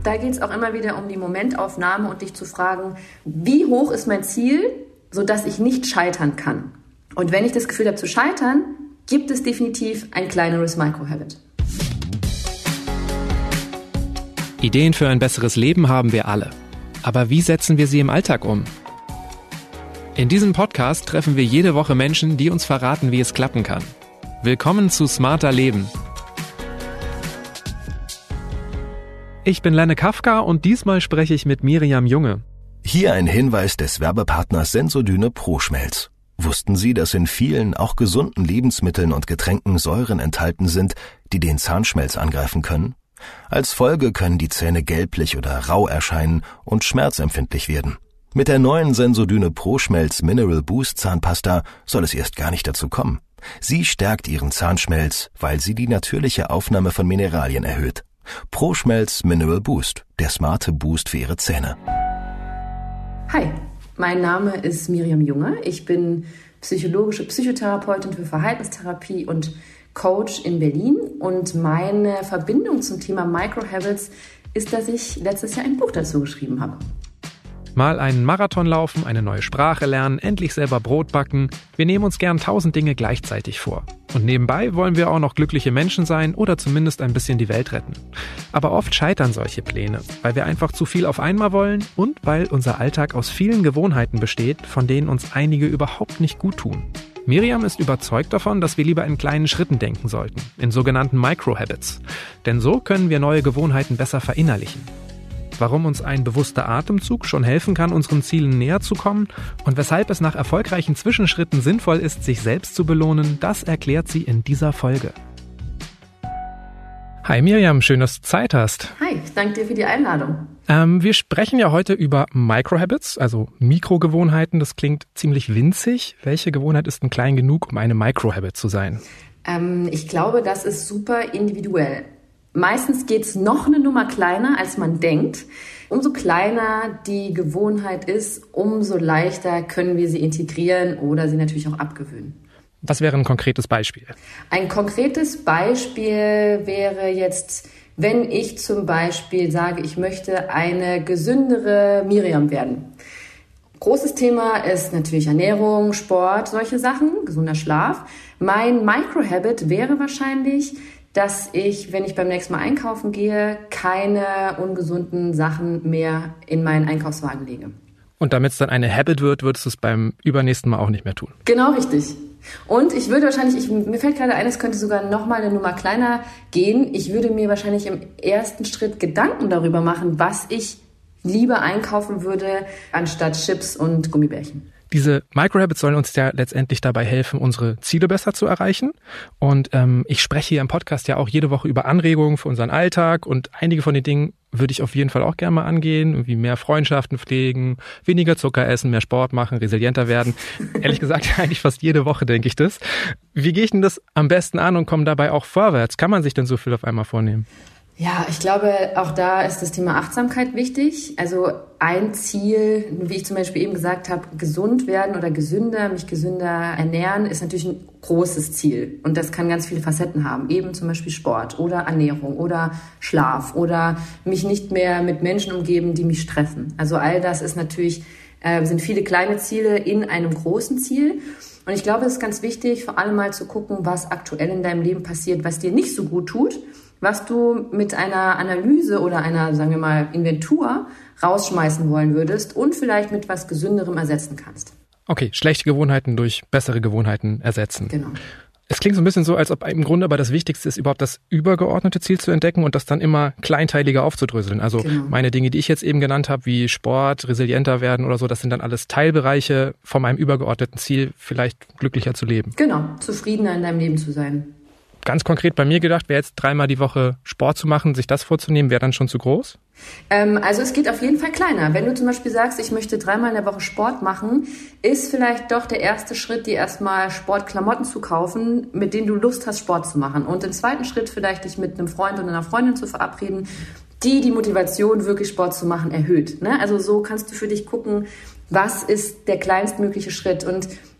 da geht es auch immer wieder um die Momentaufnahme und dich zu fragen, wie hoch ist mein Ziel, sodass ich nicht scheitern kann. Und wenn ich das Gefühl habe zu scheitern, gibt es definitiv ein kleineres Microhabit. Ideen für ein besseres Leben haben wir alle. Aber wie setzen wir sie im Alltag um? In diesem Podcast treffen wir jede Woche Menschen, die uns verraten, wie es klappen kann. Willkommen zu Smarter Leben. Ich bin Lenne Kafka und diesmal spreche ich mit Miriam Junge. Hier ein Hinweis des Werbepartners Sensodyne Pro-Schmelz. Wussten Sie, dass in vielen, auch gesunden Lebensmitteln und Getränken Säuren enthalten sind, die den Zahnschmelz angreifen können? Als Folge können die Zähne gelblich oder rau erscheinen und schmerzempfindlich werden. Mit der neuen Sensodyne Pro-Schmelz Mineral Boost Zahnpasta soll es erst gar nicht dazu kommen. Sie stärkt Ihren Zahnschmelz, weil sie die natürliche Aufnahme von Mineralien erhöht. Pro-Schmelz Mineral Boost, der smarte Boost für Ihre Zähne. Hi, mein Name ist Miriam Junge. Ich bin psychologische Psychotherapeutin für Verhaltenstherapie und Coach in Berlin. Und meine Verbindung zum Thema Microhabits ist, dass ich letztes Jahr ein Buch dazu geschrieben habe. Mal einen Marathon laufen, eine neue Sprache lernen, endlich selber Brot backen. Wir nehmen uns gern 1000 Dinge gleichzeitig vor. Und nebenbei wollen wir auch noch glückliche Menschen sein oder zumindest ein bisschen die Welt retten. Aber oft scheitern solche Pläne, weil wir einfach zu viel auf einmal wollen und weil unser Alltag aus vielen Gewohnheiten besteht, von denen uns einige überhaupt nicht gut tun. Miriam ist überzeugt davon, dass wir lieber in kleinen Schritten denken sollten, in sogenannten Microhabits. Denn so können wir neue Gewohnheiten besser verinnerlichen. Warum uns ein bewusster Atemzug schon helfen kann, unseren Zielen näher zu kommen und weshalb es nach erfolgreichen Zwischenschritten sinnvoll ist, sich selbst zu belohnen, das erklärt sie in dieser Folge. Hi Miriam, schön, dass du Zeit hast. Hi, ich danke dir für die Einladung. Wir sprechen ja heute über Microhabits, also Mikrogewohnheiten. Das klingt ziemlich winzig. Welche Gewohnheit ist denn klein genug, um eine Microhabit zu sein? Ich glaube, das ist super individuell. Meistens geht es noch eine Nummer kleiner, als man denkt. Umso kleiner die Gewohnheit ist, umso leichter können wir sie integrieren oder sie natürlich auch abgewöhnen. Was wäre ein konkretes Beispiel? Ein konkretes Beispiel wäre jetzt, wenn ich zum Beispiel sage, ich möchte eine gesündere Miriam werden. Großes Thema ist natürlich Ernährung, Sport, solche Sachen, gesunder Schlaf. Mein Microhabit wäre wahrscheinlich, dass ich, wenn ich beim nächsten Mal einkaufen gehe, keine ungesunden Sachen mehr in meinen Einkaufswagen lege. Und damit es dann eine Habit wird, würdest du es beim übernächsten Mal auch nicht mehr tun? Genau, richtig. Und ich würde wahrscheinlich, mir fällt gerade ein, es könnte sogar noch mal eine Nummer kleiner gehen. Ich würde mir wahrscheinlich im ersten Schritt Gedanken darüber machen, was ich lieber einkaufen würde, anstatt Chips und Gummibärchen. Diese Microhabits sollen uns ja letztendlich dabei helfen, unsere Ziele besser zu erreichen. Und ich spreche hier im Podcast ja auch jede Woche über Anregungen für unseren Alltag. Und einige von den Dingen würde ich auf jeden Fall auch gerne mal angehen. Wie mehr Freundschaften pflegen, weniger Zucker essen, mehr Sport machen, resilienter werden. Ehrlich gesagt, eigentlich fast jede Woche denke ich das. Wie gehe ich denn das am besten an und komme dabei auch vorwärts? Kann man sich denn so viel auf einmal vornehmen? Ja, ich glaube, auch da ist das Thema Achtsamkeit wichtig. Also ein Ziel, wie ich zum Beispiel eben gesagt habe, gesund werden oder gesünder, mich gesünder ernähren, ist natürlich ein großes Ziel. Und das kann ganz viele Facetten haben. Eben zum Beispiel Sport oder Ernährung oder Schlaf oder mich nicht mehr mit Menschen umgeben, die mich stressen. Also all das ist natürlich, sind viele kleine Ziele in einem großen Ziel. Und ich glaube, es ist ganz wichtig, vor allem mal zu gucken, was aktuell in deinem Leben passiert, was dir nicht so gut tut, was du mit einer Analyse oder einer, sagen wir mal, Inventur rausschmeißen wollen würdest und vielleicht mit was Gesünderem ersetzen kannst. Okay, schlechte Gewohnheiten durch bessere Gewohnheiten ersetzen. Genau. Es klingt so ein bisschen so, als ob im Grunde aber das Wichtigste ist, überhaupt das übergeordnete Ziel zu entdecken und das dann immer kleinteiliger aufzudröseln. Also genau. Meine Dinge, die ich jetzt eben genannt habe, wie Sport, resilienter werden oder so, das sind dann alles Teilbereiche von meinem übergeordneten Ziel, vielleicht glücklicher zu leben. Genau, zufriedener in deinem Leben zu sein. Ganz konkret bei mir gedacht, wäre jetzt 3-mal die Woche Sport zu machen, sich das vorzunehmen, wäre dann schon zu groß? Also es geht auf jeden Fall kleiner. Wenn du zum Beispiel sagst, ich möchte 3-mal in der Woche Sport machen, ist vielleicht doch der erste Schritt, dir erstmal Sportklamotten zu kaufen, mit denen du Lust hast, Sport zu machen. Und im zweiten Schritt vielleicht dich mit einem Freund oder einer Freundin zu verabreden, die Motivation, wirklich Sport zu machen, erhöht. Ne? Also so kannst du für dich gucken, was ist der kleinstmögliche Schritt. Und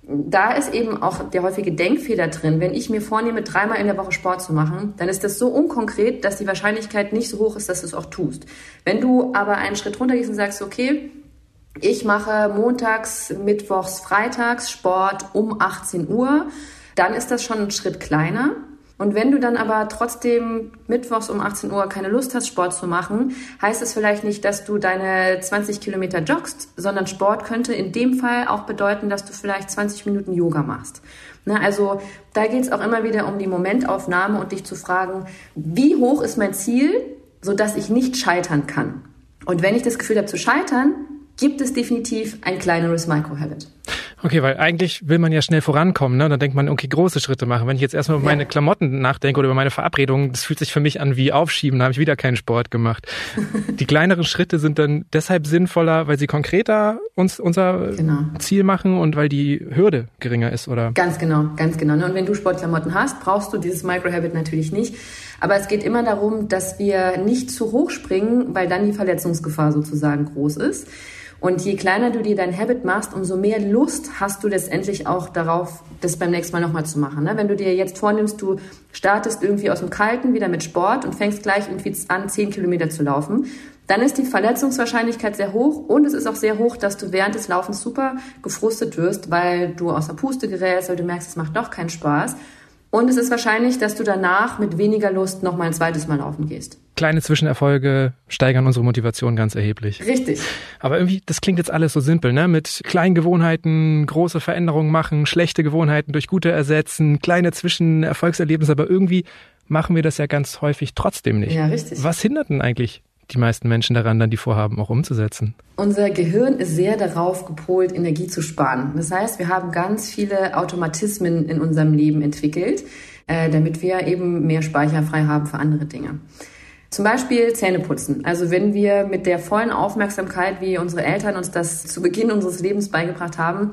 Da ist eben auch der häufige Denkfehler drin. Wenn ich mir vornehme, 3-mal in der Woche Sport zu machen, dann ist das so unkonkret, dass die Wahrscheinlichkeit nicht so hoch ist, dass du es auch tust. Wenn du aber einen Schritt runtergehst und sagst, okay, ich mache montags, mittwochs, freitags Sport um 18 Uhr, dann ist das schon ein Schritt kleiner. Und wenn du dann aber trotzdem mittwochs um 18 Uhr keine Lust hast, Sport zu machen, heißt es vielleicht nicht, dass du deine 20 Kilometer joggst, sondern Sport könnte in dem Fall auch bedeuten, dass du vielleicht 20 Minuten Yoga machst. Also da geht es auch immer wieder um die Momentaufnahme und dich zu fragen, wie hoch ist mein Ziel, sodass ich nicht scheitern kann. Und wenn ich das Gefühl habe zu scheitern, gibt es definitiv ein kleineres Microhabit. Okay, weil eigentlich will man ja schnell vorankommen, ne? Dann denkt man, okay, große Schritte machen. Wenn ich jetzt erstmal über meine Klamotten nachdenke oder über meine Verabredungen, das fühlt sich für mich an wie Aufschieben, da habe ich wieder keinen Sport gemacht. Die kleineren Schritte sind dann deshalb sinnvoller, weil sie konkreter unser Ziel machen und weil die Hürde geringer ist, oder? Ganz genau. Und wenn du Sportklamotten hast, brauchst du dieses Microhabit natürlich nicht. Aber es geht immer darum, dass wir nicht zu hoch springen, weil dann die Verletzungsgefahr sozusagen groß ist. Und je kleiner du dir dein Habit machst, umso mehr Lust hast du letztendlich auch darauf, das beim nächsten Mal nochmal zu machen. Wenn du dir jetzt vornimmst, du startest irgendwie aus dem Kalten wieder mit Sport und fängst gleich irgendwie an, 10 Kilometer zu laufen, dann ist die Verletzungswahrscheinlichkeit sehr hoch und es ist auch sehr hoch, dass du während des Laufens super gefrustet wirst, weil du aus der Puste gerätst, weil du merkst, es macht doch keinen Spaß. Und es ist wahrscheinlich, dass du danach mit weniger Lust noch mal ein zweites Mal laufen gehst. Kleine Zwischenerfolge steigern unsere Motivation ganz erheblich. Richtig. Aber irgendwie, das klingt jetzt alles so simpel, ne? Mit kleinen Gewohnheiten große Veränderungen machen, schlechte Gewohnheiten durch gute ersetzen, kleine Zwischenerfolgserlebnisse, aber irgendwie machen wir das ja ganz häufig trotzdem nicht. Ja, richtig. Was hindert denn eigentlich die meisten Menschen daran, dann die Vorhaben auch umzusetzen? Unser Gehirn ist sehr darauf gepolt, Energie zu sparen. Das heißt, wir haben ganz viele Automatismen in unserem Leben entwickelt, damit wir eben mehr Speicher frei haben für andere Dinge. Zum Beispiel Zähneputzen. Also wenn wir mit der vollen Aufmerksamkeit, wie unsere Eltern uns das zu Beginn unseres Lebens beigebracht haben,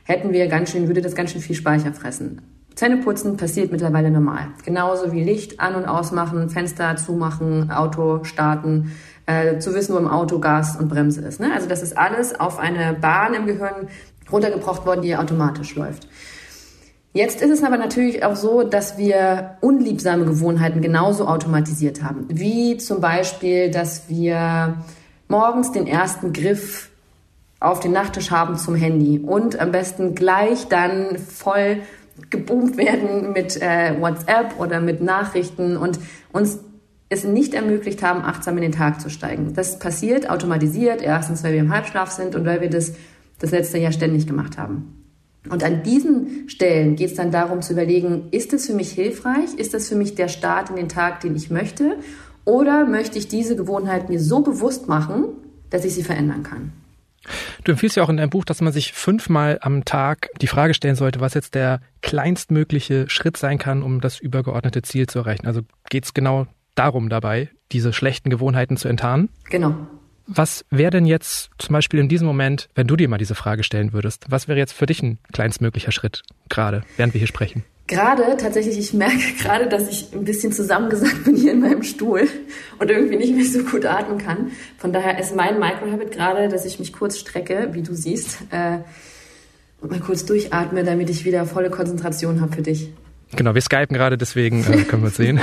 würde das ganz schön viel Speicher fressen. Zähneputzen passiert mittlerweile normal. Genauso wie Licht an- und ausmachen, Fenster zumachen, Auto starten, zu wissen, wo im Auto Gas und Bremse ist. Also das ist alles auf eine Bahn im Gehirn runtergebrochen worden, die automatisch läuft. Jetzt ist es aber natürlich auch so, dass wir unliebsame Gewohnheiten genauso automatisiert haben. Wie zum Beispiel, dass wir morgens den ersten Griff auf den Nachttisch haben zum Handy und am besten gleich dann voll geboomt werden mit WhatsApp oder mit Nachrichten und uns es nicht ermöglicht haben, achtsam in den Tag zu steigen. Das passiert automatisiert, erstens, weil wir im Halbschlaf sind und weil wir das letzte Jahr ständig gemacht haben. Und an diesen Stellen geht es dann darum zu überlegen, ist es für mich hilfreich? Ist das für mich der Start in den Tag, den ich möchte? Oder möchte ich diese Gewohnheit mir so bewusst machen, dass ich sie verändern kann? Du empfiehlst ja auch in deinem Buch, dass man sich 5-mal am Tag die Frage stellen sollte, was jetzt der kleinstmögliche Schritt sein kann, um das übergeordnete Ziel zu erreichen. Also geht es genau darum dabei, diese schlechten Gewohnheiten zu enttarnen? Genau. Was wäre denn jetzt zum Beispiel in diesem Moment, wenn du dir mal diese Frage stellen würdest, was wäre jetzt für dich ein kleinstmöglicher Schritt, gerade während wir hier sprechen? Gerade tatsächlich, ich merke gerade, dass ich ein bisschen zusammengesackt bin hier in meinem Stuhl und irgendwie nicht mehr so gut atmen kann. Von daher ist mein Microhabit gerade, dass ich mich kurz strecke, wie du siehst, und mal kurz durchatme, damit ich wieder volle Konzentration habe für dich. Genau, wir skypen gerade, deswegen können wir uns sehen.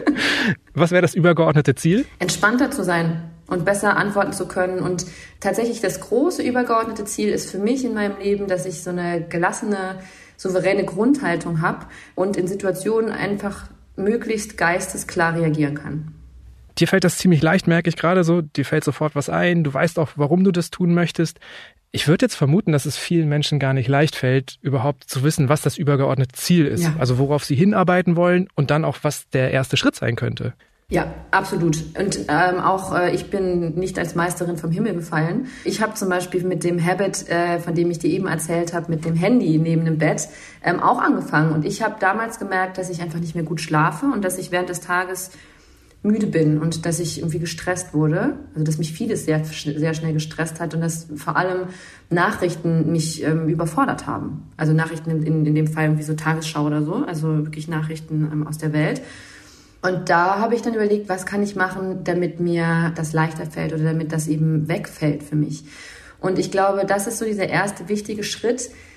Was wäre das übergeordnete Ziel? Entspannter zu sein und besser antworten zu können. Und tatsächlich das große übergeordnete Ziel ist für mich in meinem Leben, dass ich so eine gelassene, souveräne Grundhaltung habe und in Situationen einfach möglichst geistesklar reagieren kann. Dir fällt das ziemlich leicht, merke ich gerade so. Dir fällt sofort was ein. Du weißt auch, warum du das tun möchtest. Ich würde jetzt vermuten, dass es vielen Menschen gar nicht leicht fällt, überhaupt zu wissen, was das übergeordnete Ziel ist. Ja. Also worauf sie hinarbeiten wollen und dann auch, was der erste Schritt sein könnte. Ja, absolut. Und ich bin nicht als Meisterin vom Himmel gefallen. Ich habe zum Beispiel mit dem Habit, von dem ich dir eben erzählt habe, mit dem Handy neben dem Bett, auch angefangen. Und ich habe damals gemerkt, dass ich einfach nicht mehr gut schlafe und dass ich während des Tages müde bin und dass ich irgendwie gestresst wurde. Also dass mich vieles sehr, sehr schnell gestresst hat und dass vor allem Nachrichten mich überfordert haben. Also Nachrichten in dem Fall irgendwie so Tagesschau oder so, also wirklich Nachrichten aus der Welt. Und da habe ich dann überlegt, was kann ich machen, damit mir das leichter fällt oder damit das eben wegfällt für mich. Und ich glaube, das ist so dieser erste wichtige Schritt,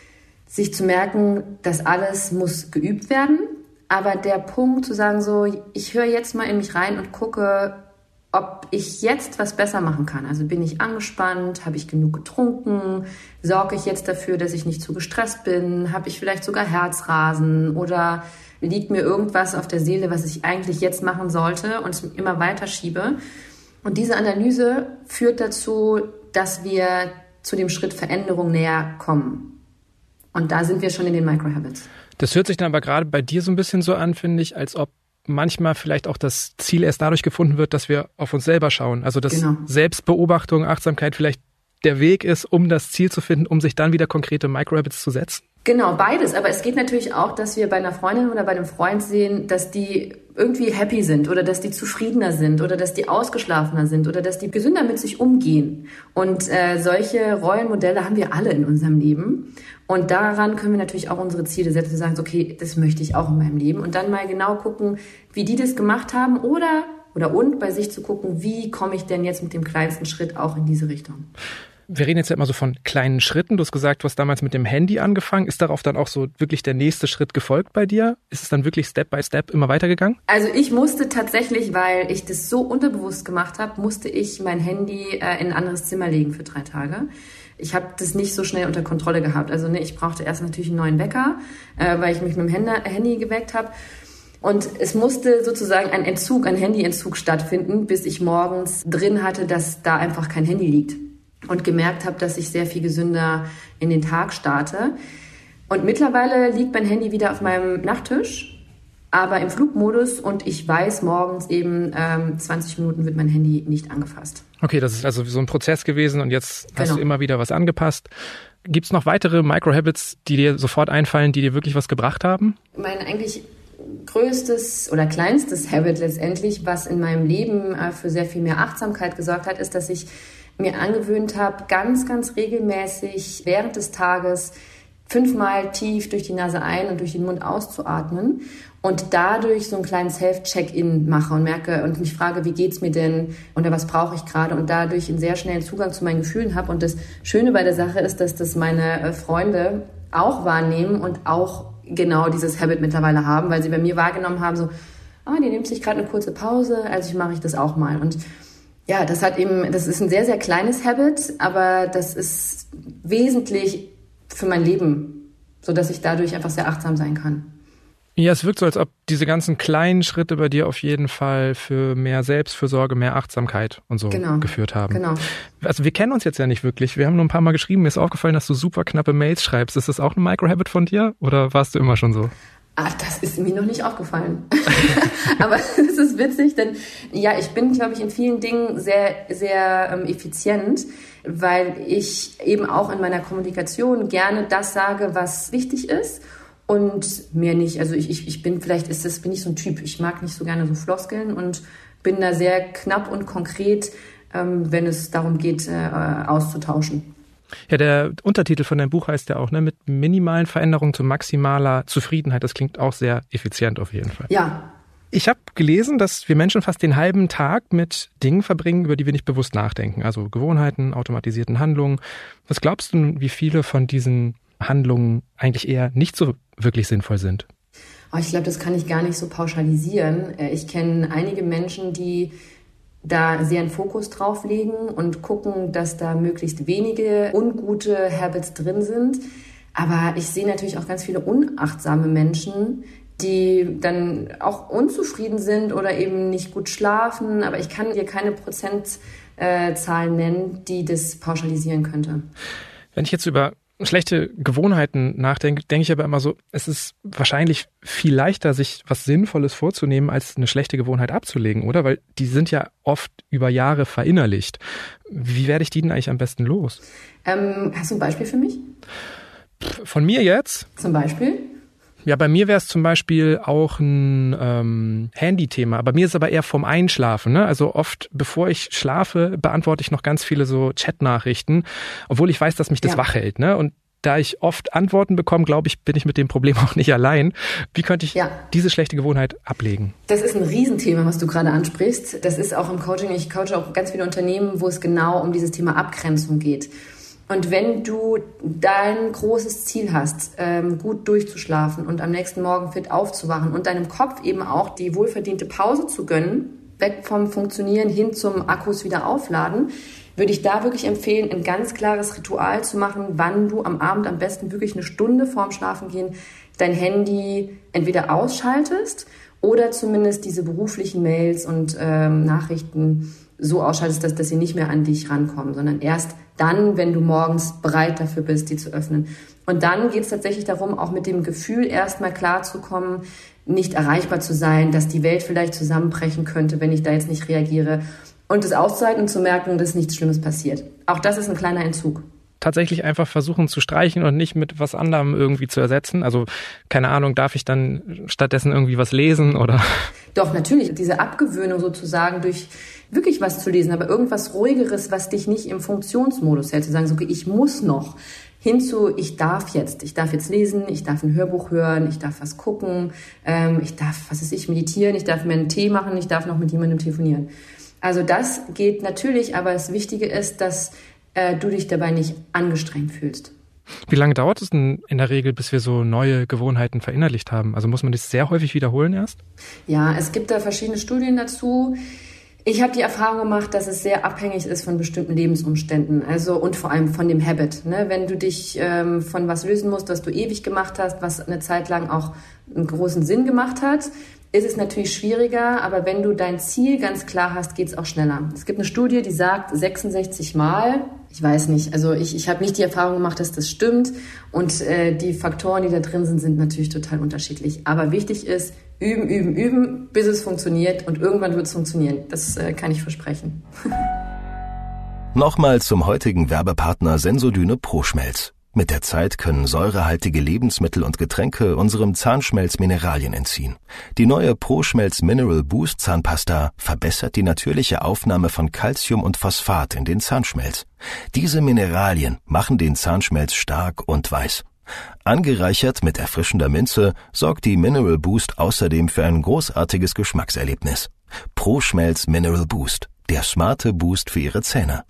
sich zu merken, das alles muss geübt werden. Aber der Punkt zu sagen so, ich höre jetzt mal in mich rein und gucke, ob ich jetzt was besser machen kann. Also bin ich angespannt, habe ich genug getrunken, sorge ich jetzt dafür, dass ich nicht zu gestresst bin, habe ich vielleicht sogar Herzrasen oder liegt mir irgendwas auf der Seele, was ich eigentlich jetzt machen sollte und es immer weiter schiebe. Und diese Analyse führt dazu, dass wir zu dem Schritt Veränderung näher kommen. Und da sind wir schon in den Microhabits. Das hört sich dann aber gerade bei dir so ein bisschen so an, finde ich, als ob manchmal vielleicht auch das Ziel erst dadurch gefunden wird, dass wir auf uns selber schauen. Also dass Selbstbeobachtung, Achtsamkeit vielleicht der Weg ist, um das Ziel zu finden, um sich dann wieder konkrete Microhabits zu setzen. Genau, beides. Aber es geht natürlich auch, dass wir bei einer Freundin oder bei einem Freund sehen, dass die irgendwie happy sind oder dass die zufriedener sind oder dass die ausgeschlafener sind oder dass die gesünder mit sich umgehen. Und solche Rollenmodelle haben wir alle in unserem Leben. Und daran können wir natürlich auch unsere Ziele setzen und sagen, okay, das möchte ich auch in meinem Leben. Und dann mal genau gucken, wie die das gemacht haben oder bei sich zu gucken, wie komme ich denn jetzt mit dem kleinsten Schritt auch in diese Richtung. Wir reden jetzt ja immer so von kleinen Schritten. Du hast gesagt, du hast damals mit dem Handy angefangen. Ist darauf dann auch so wirklich der nächste Schritt gefolgt bei dir? Ist es dann wirklich Step by Step immer weitergegangen? Also ich musste tatsächlich, weil ich das so unterbewusst gemacht habe, musste ich mein Handy in ein anderes Zimmer legen für 3 Tage. Ich habe das nicht so schnell unter Kontrolle gehabt. Also ich brauchte erst natürlich einen neuen Wecker, weil ich mich mit dem Handy geweckt habe. Und es musste sozusagen ein Handyentzug stattfinden, bis ich morgens drin hatte, dass da einfach kein Handy liegt. Und gemerkt habe, dass ich sehr viel gesünder in den Tag starte. Und mittlerweile liegt mein Handy wieder auf meinem Nachttisch, aber im Flugmodus und ich weiß morgens eben, 20 Minuten wird mein Handy nicht angefasst. Okay, das ist also so ein Prozess gewesen und jetzt hast du immer wieder was angepasst. Gibt es noch weitere Microhabits, die dir sofort einfallen, die dir wirklich was gebracht haben? Mein eigentlich größtes oder kleinstes Habit letztendlich, was in meinem Leben für sehr viel mehr Achtsamkeit gesorgt hat, ist, dass ich mir angewöhnt habe, ganz, ganz regelmäßig während des Tages 5-mal tief durch die Nase ein und durch den Mund auszuatmen und dadurch so einen kleinen Self-Check-In mache und merke und mich frage, wie geht's mir denn oder was brauche ich gerade und dadurch einen sehr schnellen Zugang zu meinen Gefühlen habe. Und das Schöne bei der Sache ist, dass das meine Freunde auch wahrnehmen und auch genau dieses Habit mittlerweile haben, weil sie bei mir wahrgenommen haben, so, die nimmt sich gerade eine kurze Pause, also mache ich das auch mal. Und ja, das ist ein sehr, sehr kleines Habit, aber das ist wesentlich für mein Leben, sodass ich dadurch einfach sehr achtsam sein kann. Ja, es wirkt so, als ob diese ganzen kleinen Schritte bei dir auf jeden Fall für mehr Selbstfürsorge, mehr Achtsamkeit und so geführt haben. Genau. Also wir kennen uns jetzt ja nicht wirklich. Wir haben nur ein paar Mal geschrieben. Mir ist aufgefallen, dass du super knappe Mails schreibst. Ist das auch ein Microhabit von dir oder warst du immer schon so? Das ist mir noch nicht aufgefallen. Aber es ist witzig, denn ja, ich bin, glaube ich, in vielen Dingen sehr, sehr effizient, weil ich eben auch in meiner Kommunikation gerne das sage, was wichtig ist und mehr nicht. Also ich bin bin ich so ein Typ. Ich mag nicht so gerne so Floskeln und bin da sehr knapp und konkret, wenn es darum geht, auszutauschen. Ja, der Untertitel von deinem Buch heißt ja auch, mit minimalen Veränderungen zu maximaler Zufriedenheit. Das klingt auch sehr effizient auf jeden Fall. Ja. Ich habe gelesen, dass wir Menschen fast den halben Tag mit Dingen verbringen, über die wir nicht bewusst nachdenken. Also Gewohnheiten, automatisierten Handlungen. Was glaubst du, wie viele von diesen Handlungen eigentlich eher nicht so wirklich sinnvoll sind? Ich glaube, das kann ich gar nicht so pauschalisieren. Ich kenne einige Menschen, die da sehr einen Fokus drauf legen und gucken, dass da möglichst wenige ungute Habits drin sind. Aber ich sehe natürlich auch ganz viele unachtsame Menschen, die dann auch unzufrieden sind oder eben nicht gut schlafen. Aber ich kann dir keine Prozentzahlen nennen, die das pauschalisieren könnte. Wenn ich jetzt über schlechte Gewohnheiten nachdenke, denke ich aber immer so, es ist wahrscheinlich viel leichter, sich was Sinnvolles vorzunehmen, als eine schlechte Gewohnheit abzulegen, oder? Weil die sind ja oft über Jahre verinnerlicht. Wie werde ich die denn eigentlich am besten los? Hast du ein Beispiel für mich? Von mir jetzt? Zum Beispiel? Ja, bei mir wäre es zum Beispiel auch ein Handy-Thema. Bei mir ist es aber eher vom Einschlafen. Ne? Also oft, bevor ich schlafe, beantworte ich noch ganz viele so Chat-Nachrichten, obwohl ich weiß, dass mich das wach hält. Ne? Und da ich oft Antworten bekomme, glaube ich, bin ich mit dem Problem auch nicht allein. Wie könnte ich diese schlechte Gewohnheit ablegen? Das ist ein Riesenthema, was du gerade ansprichst. Das ist auch im Coaching. Ich coache auch ganz viele Unternehmen, wo es genau um dieses Thema Abgrenzung geht. Und wenn du dein großes Ziel hast, gut durchzuschlafen und am nächsten Morgen fit aufzuwachen und deinem Kopf eben auch die wohlverdiente Pause zu gönnen, weg vom Funktionieren hin zum Akkus wieder aufladen, würde ich da wirklich empfehlen, ein ganz klares Ritual zu machen, wann du am Abend am besten wirklich eine Stunde vorm Schlafengehen dein Handy entweder ausschaltest oder zumindest diese beruflichen Mails und Nachrichten so ausschaltest, dass sie nicht mehr an dich rankommen, sondern erst dann, wenn du morgens bereit dafür bist, die zu öffnen. Und dann geht es tatsächlich darum, auch mit dem Gefühl erstmal klarzukommen, nicht erreichbar zu sein, dass die Welt vielleicht zusammenbrechen könnte, wenn ich da jetzt nicht reagiere. Und es auszuhalten und zu merken, dass nichts Schlimmes passiert. Auch das ist ein kleiner Entzug. Tatsächlich einfach versuchen zu streichen und nicht mit was anderem irgendwie zu ersetzen? Also, keine Ahnung, darf ich dann stattdessen irgendwie was lesen oder? Doch, natürlich. Diese Abgewöhnung sozusagen durch wirklich was zu lesen, aber irgendwas Ruhigeres, was dich nicht im Funktionsmodus hält. Zu sagen, so, okay, ich muss noch. Hinzu, ich darf jetzt lesen, ich darf ein Hörbuch hören, ich darf was gucken, ich darf, meditieren, ich darf mir einen Tee machen, ich darf noch mit jemandem telefonieren. Also das geht natürlich, aber das Wichtige ist, dass du dich dabei nicht angestrengt fühlst. Wie lange dauert es denn in der Regel, bis wir so neue Gewohnheiten verinnerlicht haben? Also muss man das sehr häufig wiederholen erst? Ja, es gibt da verschiedene Studien dazu. Ich habe die Erfahrung gemacht, dass es sehr abhängig ist von bestimmten Lebensumständen, also und vor allem von dem Habit. Ne? Wenn du dich von was lösen musst, was du ewig gemacht hast, was eine Zeit lang auch einen großen Sinn gemacht hat, ist es natürlich schwieriger, aber wenn du dein Ziel ganz klar hast, geht es auch schneller. Es gibt eine Studie, die sagt 66 Mal, ich weiß nicht, also ich habe nicht die Erfahrung gemacht, dass das stimmt und die Faktoren, die da drin sind natürlich total unterschiedlich. Aber wichtig ist, üben, bis es funktioniert und irgendwann wird es funktionieren. Das kann ich versprechen. Nochmal zum heutigen Werbepartner Sensodyne ProSchmelz. Mit der Zeit können säurehaltige Lebensmittel und Getränke unserem Zahnschmelz Mineralien entziehen. Die neue ProSchmelz Mineral Boost Zahnpasta verbessert die natürliche Aufnahme von Calcium und Phosphat in den Zahnschmelz. Diese Mineralien machen den Zahnschmelz stark und weiß. Angereichert mit erfrischender Minze sorgt die Mineral Boost außerdem für ein großartiges Geschmackserlebnis. ProSchmelz Mineral Boost, der smarte Boost für Ihre Zähne.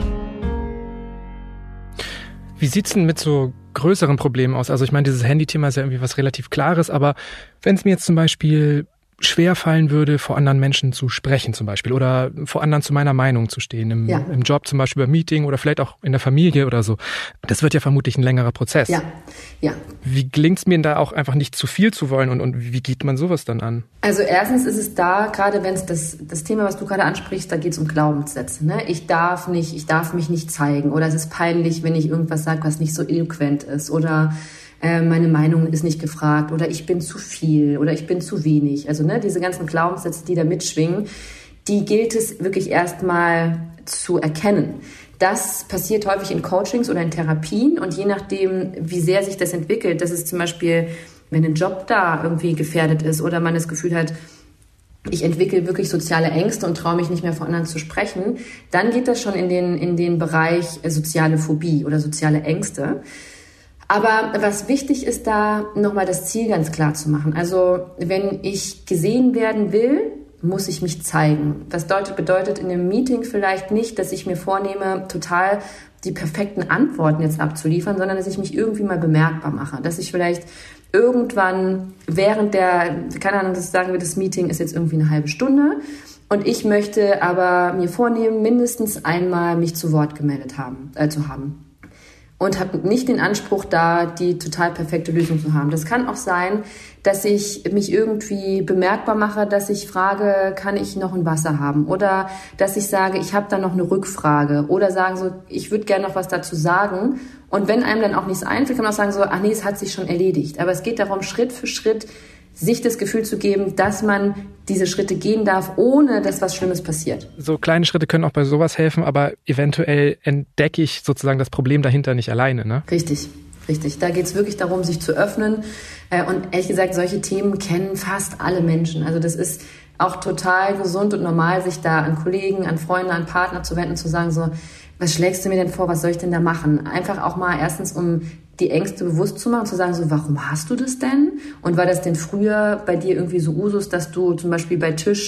Wie sieht's denn mit so größeren Problemen aus? Also ich meine, dieses Handy-Thema ist ja irgendwie was relativ Klares, aber wenn es mir jetzt zum Beispiel schwer fallen würde, vor anderen Menschen zu sprechen zum Beispiel oder vor anderen zu meiner Meinung zu stehen, im Job zum Beispiel beim Meeting oder vielleicht auch in der Familie oder so. Das wird ja vermutlich ein längerer Prozess. Ja. Wie gelingt es mir da auch einfach nicht zu viel zu wollen und wie geht man sowas dann an? Also erstens ist es da, gerade wenn es das Thema, was du gerade ansprichst, da geht es um Glaubenssätze. Ne? Ich darf mich nicht zeigen oder es ist peinlich, wenn ich irgendwas sage, was nicht so eloquent ist oder meine Meinung ist nicht gefragt oder ich bin zu viel oder ich bin zu wenig. Also diese ganzen Glaubenssätze, die da mitschwingen, die gilt es wirklich erstmal zu erkennen. Das passiert häufig in Coachings oder in Therapien und je nachdem, wie sehr sich das entwickelt, das ist zum Beispiel, wenn ein Job da irgendwie gefährdet ist oder man das Gefühl hat, ich entwickle wirklich soziale Ängste und traue mich nicht mehr vor anderen zu sprechen, dann geht das schon in den Bereich soziale Phobie oder soziale Ängste. Aber was wichtig ist, da nochmal das Ziel ganz klar zu machen. Also wenn ich gesehen werden will, muss ich mich zeigen. Das bedeutet in einem Meeting vielleicht nicht, dass ich mir vornehme, total die perfekten Antworten jetzt abzuliefern, sondern dass ich mich irgendwie mal bemerkbar mache. Dass ich vielleicht irgendwann während das Meeting ist jetzt irgendwie eine halbe Stunde und ich möchte aber mir vornehmen, mindestens einmal mich zu Wort gemeldet zu haben. Und habe nicht den Anspruch, da die total perfekte Lösung zu haben. Das kann auch sein, dass ich mich irgendwie bemerkbar mache, dass ich frage, kann ich noch ein Wasser haben? Oder dass ich sage, ich habe da noch eine Rückfrage. Oder sagen so, ich würde gerne noch was dazu sagen. Und wenn einem dann auch nichts einfällt, kann man auch sagen so, ach nee, es hat sich schon erledigt. Aber es geht darum, Schritt für Schritt sich das Gefühl zu geben, dass man diese Schritte gehen darf, ohne dass was Schlimmes passiert. So kleine Schritte können auch bei sowas helfen, aber eventuell entdecke ich sozusagen das Problem dahinter nicht alleine, ne? Richtig. Da geht es wirklich darum, sich zu öffnen. Und ehrlich gesagt, solche Themen kennen fast alle Menschen. Also das ist auch total gesund und normal, sich da an Kollegen, an Freunde, an Partner zu wenden, zu sagen so, was schlägst du mir denn vor, was soll ich denn da machen? Einfach auch mal erstens, um die Ängste bewusst zu machen, zu sagen so, warum hast du das denn? Und war das denn früher bei dir irgendwie so Usus, dass du zum Beispiel bei Tisch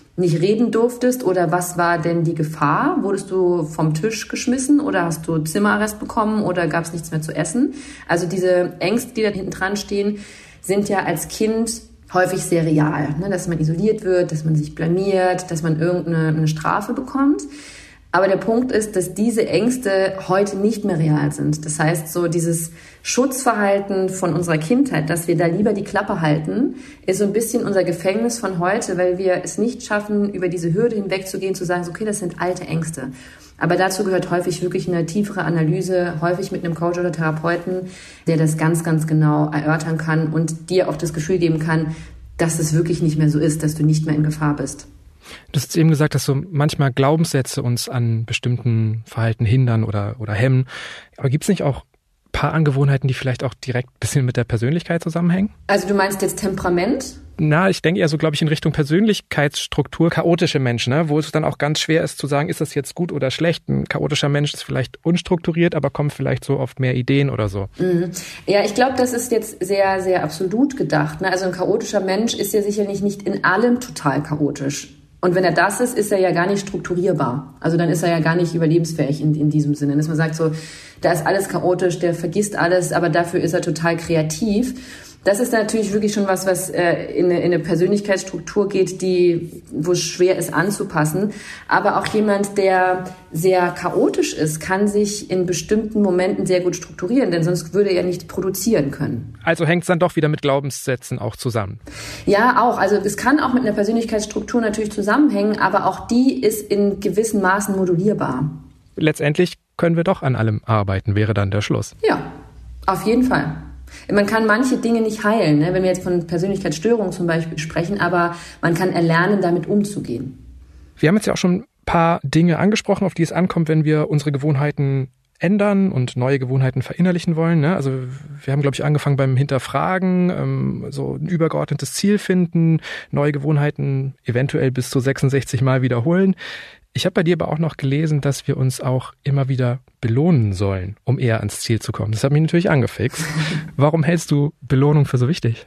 nicht reden durftest? Oder was war denn die Gefahr? Wurdest du vom Tisch geschmissen oder hast du Zimmerarrest bekommen oder gab es nichts mehr zu essen? Also diese Ängste, die da hinten dran stehen, sind ja als Kind häufig sehr real, ne? Dass man isoliert wird, dass man sich blamiert, dass man irgendeine Strafe bekommt. Aber der Punkt ist, dass diese Ängste heute nicht mehr real sind. Das heißt, so dieses Schutzverhalten von unserer Kindheit, dass wir da lieber die Klappe halten, ist so ein bisschen unser Gefängnis von heute, weil wir es nicht schaffen, über diese Hürde hinwegzugehen, zu sagen, okay, das sind alte Ängste. Aber dazu gehört häufig wirklich eine tiefere Analyse, häufig mit einem Coach oder Therapeuten, der das ganz, ganz genau erörtern kann und dir auch das Gefühl geben kann, dass es wirklich nicht mehr so ist, dass du nicht mehr in Gefahr bist. Du hast eben gesagt, dass so manchmal Glaubenssätze uns an bestimmten Verhalten hindern oder hemmen. Aber gibt es nicht auch ein paar Angewohnheiten, die vielleicht auch direkt ein bisschen mit der Persönlichkeit zusammenhängen? Also du meinst jetzt Temperament? Na, ich denke eher so, glaube ich, in Richtung Persönlichkeitsstruktur, chaotische Menschen, ne? Wo es dann auch ganz schwer ist zu sagen, ist das jetzt gut oder schlecht. Ein chaotischer Mensch ist vielleicht unstrukturiert, aber kommt vielleicht so auf mehr Ideen oder so. Mhm. Ja, ich glaube, das ist jetzt sehr, sehr absolut gedacht, ne? Also ein chaotischer Mensch ist ja sicherlich nicht in allem total chaotisch. Und wenn er das ist er ja gar nicht strukturierbar. Also dann ist er ja gar nicht überlebensfähig in diesem Sinne. Dass man sagt so, da ist alles chaotisch, der vergisst alles, aber dafür ist er total kreativ. Das ist natürlich wirklich schon was in eine Persönlichkeitsstruktur geht, wo es schwer ist anzupassen. Aber auch jemand, der sehr chaotisch ist, kann sich in bestimmten Momenten sehr gut strukturieren, denn sonst würde er nicht produzieren können. Also hängt es dann doch wieder mit Glaubenssätzen auch zusammen? Ja, auch. Also es kann auch mit einer Persönlichkeitsstruktur natürlich zusammenhängen, aber auch die ist in gewissen Maßen modulierbar. Letztendlich können wir doch an allem arbeiten, wäre dann der Schluss. Ja, auf jeden Fall. Man kann manche Dinge nicht heilen, ne? Wenn wir jetzt von Persönlichkeitsstörungen zum Beispiel sprechen, aber man kann erlernen, damit umzugehen. Wir haben jetzt ja auch schon ein paar Dinge angesprochen, auf die es ankommt, wenn wir unsere Gewohnheiten ändern und neue Gewohnheiten verinnerlichen wollen, ne? Also wir haben, glaube ich, angefangen beim Hinterfragen, so ein übergeordnetes Ziel finden, neue Gewohnheiten eventuell bis zu 66 Mal wiederholen. Ich habe bei dir aber auch noch gelesen, dass wir uns auch immer wieder belohnen sollen, um eher ans Ziel zu kommen. Das hat mich natürlich angefixt. Warum hältst du Belohnung für so wichtig?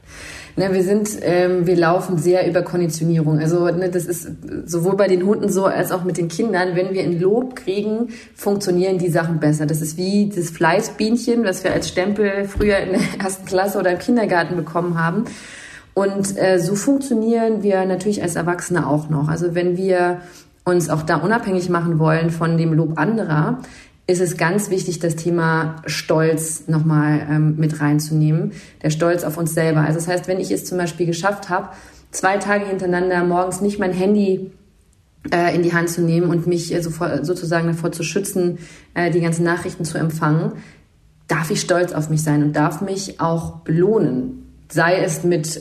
Wir laufen sehr über Konditionierung. Also das ist sowohl bei den Hunden so als auch mit den Kindern. Wenn wir ein Lob kriegen, funktionieren die Sachen besser. Das ist wie das Fleißbienchen, was wir als Stempel früher in der 1. Klasse oder im Kindergarten bekommen haben. Und so funktionieren wir natürlich als Erwachsene auch noch. Also wenn wir uns auch da unabhängig machen wollen von dem Lob anderer, ist es ganz wichtig, das Thema Stolz nochmal mit reinzunehmen. Der Stolz auf uns selber. Also das heißt, wenn ich es zum Beispiel geschafft habe, 2 Tage hintereinander morgens nicht mein Handy in die Hand zu nehmen und mich sozusagen davor zu schützen, die ganzen Nachrichten zu empfangen, darf ich stolz auf mich sein und darf mich auch belohnen. Sei es mit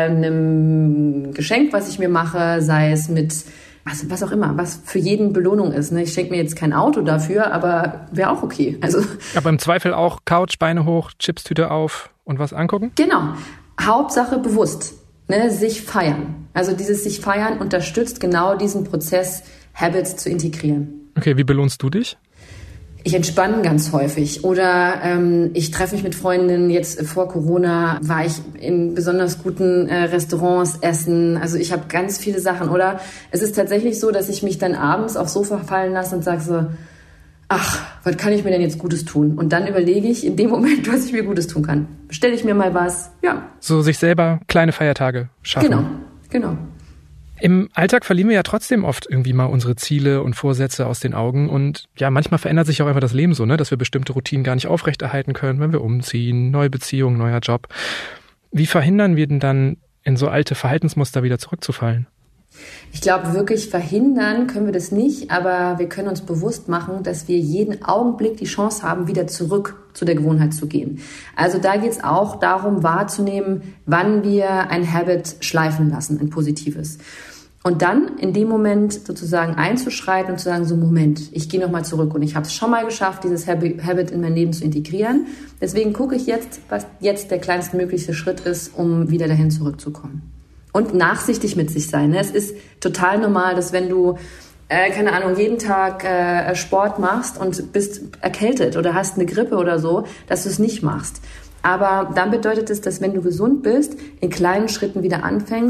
einem Geschenk, was ich mir mache, sei es mit was auch immer, was für jeden Belohnung ist. Ne? Ich schenke mir jetzt kein Auto dafür, aber wäre auch okay. Also, aber im Zweifel auch Couch, Beine hoch, Chipstüte auf und was angucken? Genau. Hauptsache bewusst. Ne? Sich feiern. Also dieses sich feiern unterstützt genau diesen Prozess, Habits zu integrieren. Okay, wie belohnst du dich? Ich entspanne ganz häufig oder ich treffe mich mit Freundinnen. Jetzt vor Corona war ich in besonders guten Restaurants essen. Also ich habe ganz viele Sachen. Oder es ist tatsächlich so, dass ich mich dann abends aufs Sofa fallen lasse und sage so, ach, was kann ich mir denn jetzt Gutes tun? Und dann überlege ich in dem Moment, was ich mir Gutes tun kann. Bestelle ich mir mal was, ja. So sich selber kleine Feiertage schaffen. Genau. Im Alltag verlieren wir ja trotzdem oft irgendwie mal unsere Ziele und Vorsätze aus den Augen und ja, manchmal verändert sich auch einfach das Leben so, ne, dass wir bestimmte Routinen gar nicht aufrechterhalten können, wenn wir umziehen, neue Beziehung, neuer Job. Wie verhindern wir denn dann, in so alte Verhaltensmuster wieder zurückzufallen? Ich glaube, wirklich verhindern können wir das nicht, aber wir können uns bewusst machen, dass wir jeden Augenblick die Chance haben, wieder zurück zu der Gewohnheit zu gehen. Also da geht es auch darum, wahrzunehmen, wann wir ein Habit schleifen lassen, ein positives. Und dann in dem Moment sozusagen einzuschreiten und zu sagen, so Moment, ich gehe nochmal zurück und ich habe es schon mal geschafft, dieses Habit in mein Leben zu integrieren. Deswegen gucke ich jetzt, was jetzt der kleinstmögliche Schritt ist, um wieder dahin zurückzukommen. Und nachsichtig mit sich sein. Es ist total normal, dass wenn du, jeden Tag Sport machst und bist erkältet oder hast eine Grippe oder so, dass du es nicht machst. Aber dann bedeutet es, dass wenn du gesund bist, in kleinen Schritten wieder anfängst,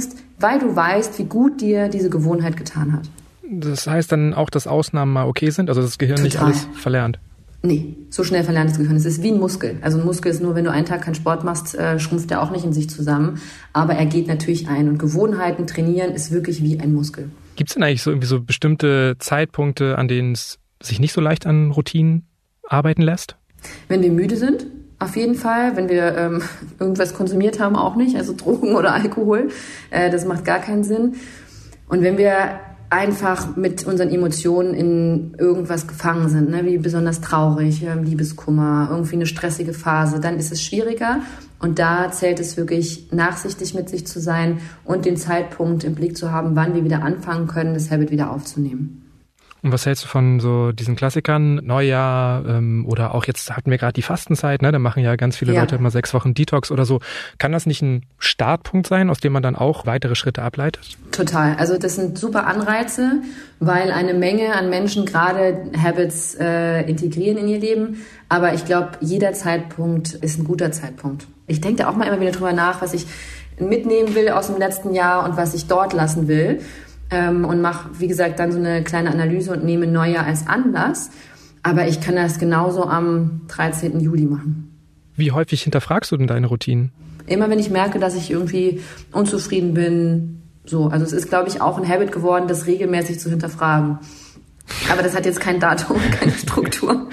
weil du weißt, wie gut dir diese Gewohnheit getan hat. Das heißt dann auch, dass Ausnahmen mal okay sind? Also das Gehirn nicht alles verlernt? Nee, so schnell verlernt das Gehirn. Es ist wie ein Muskel. Also ein Muskel ist nur, wenn du einen Tag keinen Sport machst, schrumpft er auch nicht in sich zusammen. Aber er geht natürlich ein. Und Gewohnheiten trainieren ist wirklich wie ein Muskel. Gibt es denn eigentlich so irgendwie so bestimmte Zeitpunkte, an denen es sich nicht so leicht an Routinen arbeiten lässt? Wenn wir müde sind, auf jeden Fall. Wenn wir irgendwas konsumiert haben, auch nicht. Also Drogen oder Alkohol. Das macht gar keinen Sinn. Und wenn wir einfach mit unseren Emotionen in irgendwas gefangen sind, ne, wie besonders traurig, Liebeskummer, irgendwie eine stressige Phase, dann ist es schwieriger. Und da zählt es wirklich, nachsichtig mit sich zu sein und den Zeitpunkt im Blick zu haben, wann wir wieder anfangen können, das Habit wieder aufzunehmen. Und was hältst du von so diesen Klassikern, Neujahr oder auch jetzt hatten wir gerade die Fastenzeit, ne? Da machen ja ganz viele Leute immer 6 Wochen Detox oder so. Kann das nicht ein Startpunkt sein, aus dem man dann auch weitere Schritte ableitet? Total. Also das sind super Anreize, weil eine Menge an Menschen gerade Habits integrieren in ihr Leben. Aber ich glaube, jeder Zeitpunkt ist ein guter Zeitpunkt. Ich denke da auch mal immer wieder drüber nach, was ich mitnehmen will aus dem letzten Jahr und was ich dort lassen will. Und mache, wie gesagt, dann so eine kleine Analyse und nehme Neujahr als Anlass. Aber ich kann das genauso am 13. Juli machen. Wie häufig hinterfragst du denn deine Routinen? Immer wenn ich merke, dass ich irgendwie unzufrieden bin. So, also es ist, glaube ich, auch ein Habit geworden, das regelmäßig zu hinterfragen. Aber das hat jetzt kein Datum, keine Struktur.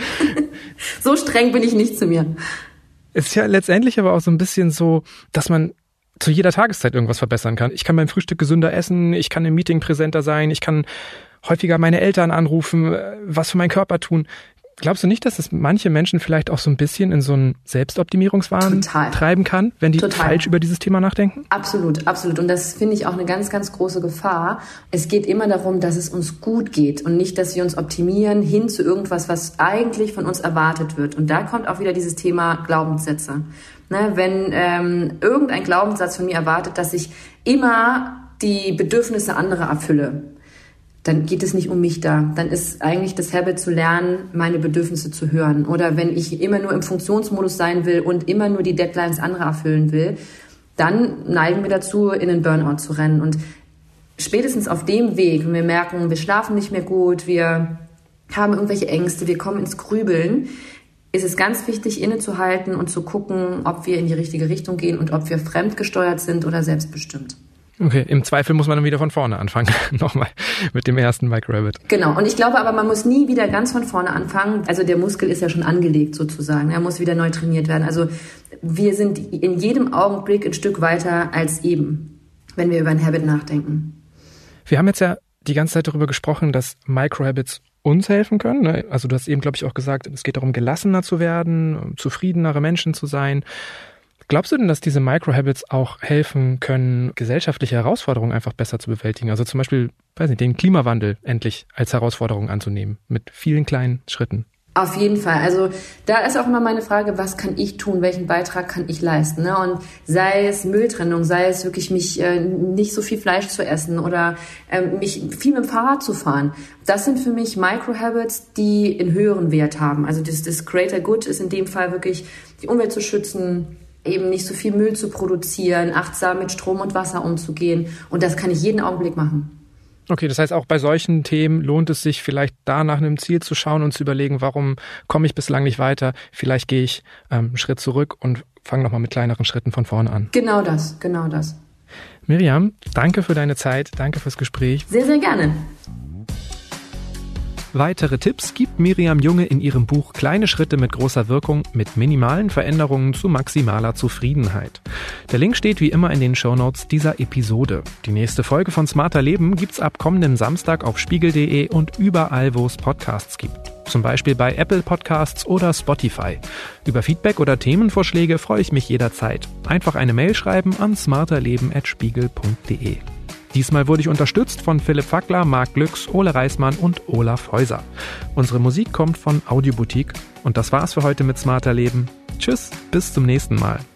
So streng bin ich nicht zu mir. Es ist ja letztendlich aber auch so ein bisschen so, dass man zu jeder Tageszeit irgendwas verbessern kann. Ich kann beim Frühstück gesünder essen, ich kann im Meeting präsenter sein, ich kann häufiger meine Eltern anrufen, was für meinen Körper tun. Glaubst du nicht, dass es manche Menschen vielleicht auch so ein bisschen in so einen Selbstoptimierungswahn treiben kann, wenn die falsch über dieses Thema nachdenken? Absolut, absolut. Und das finde ich auch eine ganz, ganz große Gefahr. Es geht immer darum, dass es uns gut geht und nicht, dass wir uns optimieren hin zu irgendwas, was eigentlich von uns erwartet wird. Und da kommt auch wieder dieses Thema Glaubenssätze. Ne, wenn irgendein Glaubenssatz von mir erwartet, dass ich immer die Bedürfnisse anderer erfülle, dann geht es nicht um mich da. Dann ist eigentlich das Habit zu lernen, meine Bedürfnisse zu hören. Oder wenn ich immer nur im Funktionsmodus sein will und immer nur die Deadlines anderer erfüllen will, dann neigen wir dazu, in den Burnout zu rennen. Und spätestens auf dem Weg, wenn wir merken, wir schlafen nicht mehr gut, wir haben irgendwelche Ängste, wir kommen ins Grübeln, ist es ganz wichtig, innezuhalten und zu gucken, ob wir in die richtige Richtung gehen und ob wir fremdgesteuert sind oder selbstbestimmt. Okay, im Zweifel muss man dann wieder von vorne anfangen. Nochmal mit dem ersten Microhabit. Genau, und ich glaube aber, man muss nie wieder ganz von vorne anfangen. Also der Muskel ist ja schon angelegt sozusagen. Er muss wieder neu trainiert werden. Also wir sind in jedem Augenblick ein Stück weiter als eben, wenn wir über ein Habit nachdenken. Wir haben jetzt ja die ganze Zeit darüber gesprochen, dass Microhabits uns helfen können. Ne? Also du hast eben, glaube ich, auch gesagt, es geht darum, gelassener zu werden, zufriedenere Menschen zu sein. Glaubst du denn, dass diese Microhabits auch helfen können, gesellschaftliche Herausforderungen einfach besser zu bewältigen? Also zum Beispiel, weiß nicht, den Klimawandel endlich als Herausforderung anzunehmen, mit vielen kleinen Schritten? Auf jeden Fall. Also da ist auch immer meine Frage, was kann ich tun, welchen Beitrag kann ich leisten? Ne? Und sei es Mülltrennung, sei es wirklich mich nicht so viel Fleisch zu essen oder mich viel mit dem Fahrrad zu fahren. Das sind für mich Microhabits, die einen höheren Wert haben. Also das Greater Good ist in dem Fall wirklich, die Umwelt zu schützen, eben nicht so viel Müll zu produzieren, achtsam mit Strom und Wasser umzugehen. Und das kann ich jeden Augenblick machen. Okay, das heißt, auch bei solchen Themen lohnt es sich vielleicht da nach einem Ziel zu schauen und zu überlegen, warum komme ich bislang nicht weiter? Vielleicht gehe ich einen Schritt zurück und fange nochmal mit kleineren Schritten von vorne an. Genau das, genau das. Miriam, danke für deine Zeit, danke fürs Gespräch. Sehr, sehr gerne. Weitere Tipps gibt Miriam Junge in ihrem Buch Kleine Schritte mit großer Wirkung mit minimalen Veränderungen zu maximaler Zufriedenheit. Der Link steht wie immer in den Shownotes dieser Episode. Die nächste Folge von Smarter Leben gibt's ab kommenden Samstag auf spiegel.de und überall, wo es Podcasts gibt. Zum Beispiel bei Apple Podcasts oder Spotify. Über Feedback oder Themenvorschläge freue ich mich jederzeit. Einfach eine Mail schreiben an smarterleben@spiegel.de. Diesmal wurde ich unterstützt von Philipp Fackler, Marc Glücks, Ole Reismann und Olaf Häuser. Unsere Musik kommt von Audioboutique. Und das war's für heute mit Smarter Leben. Tschüss, bis zum nächsten Mal.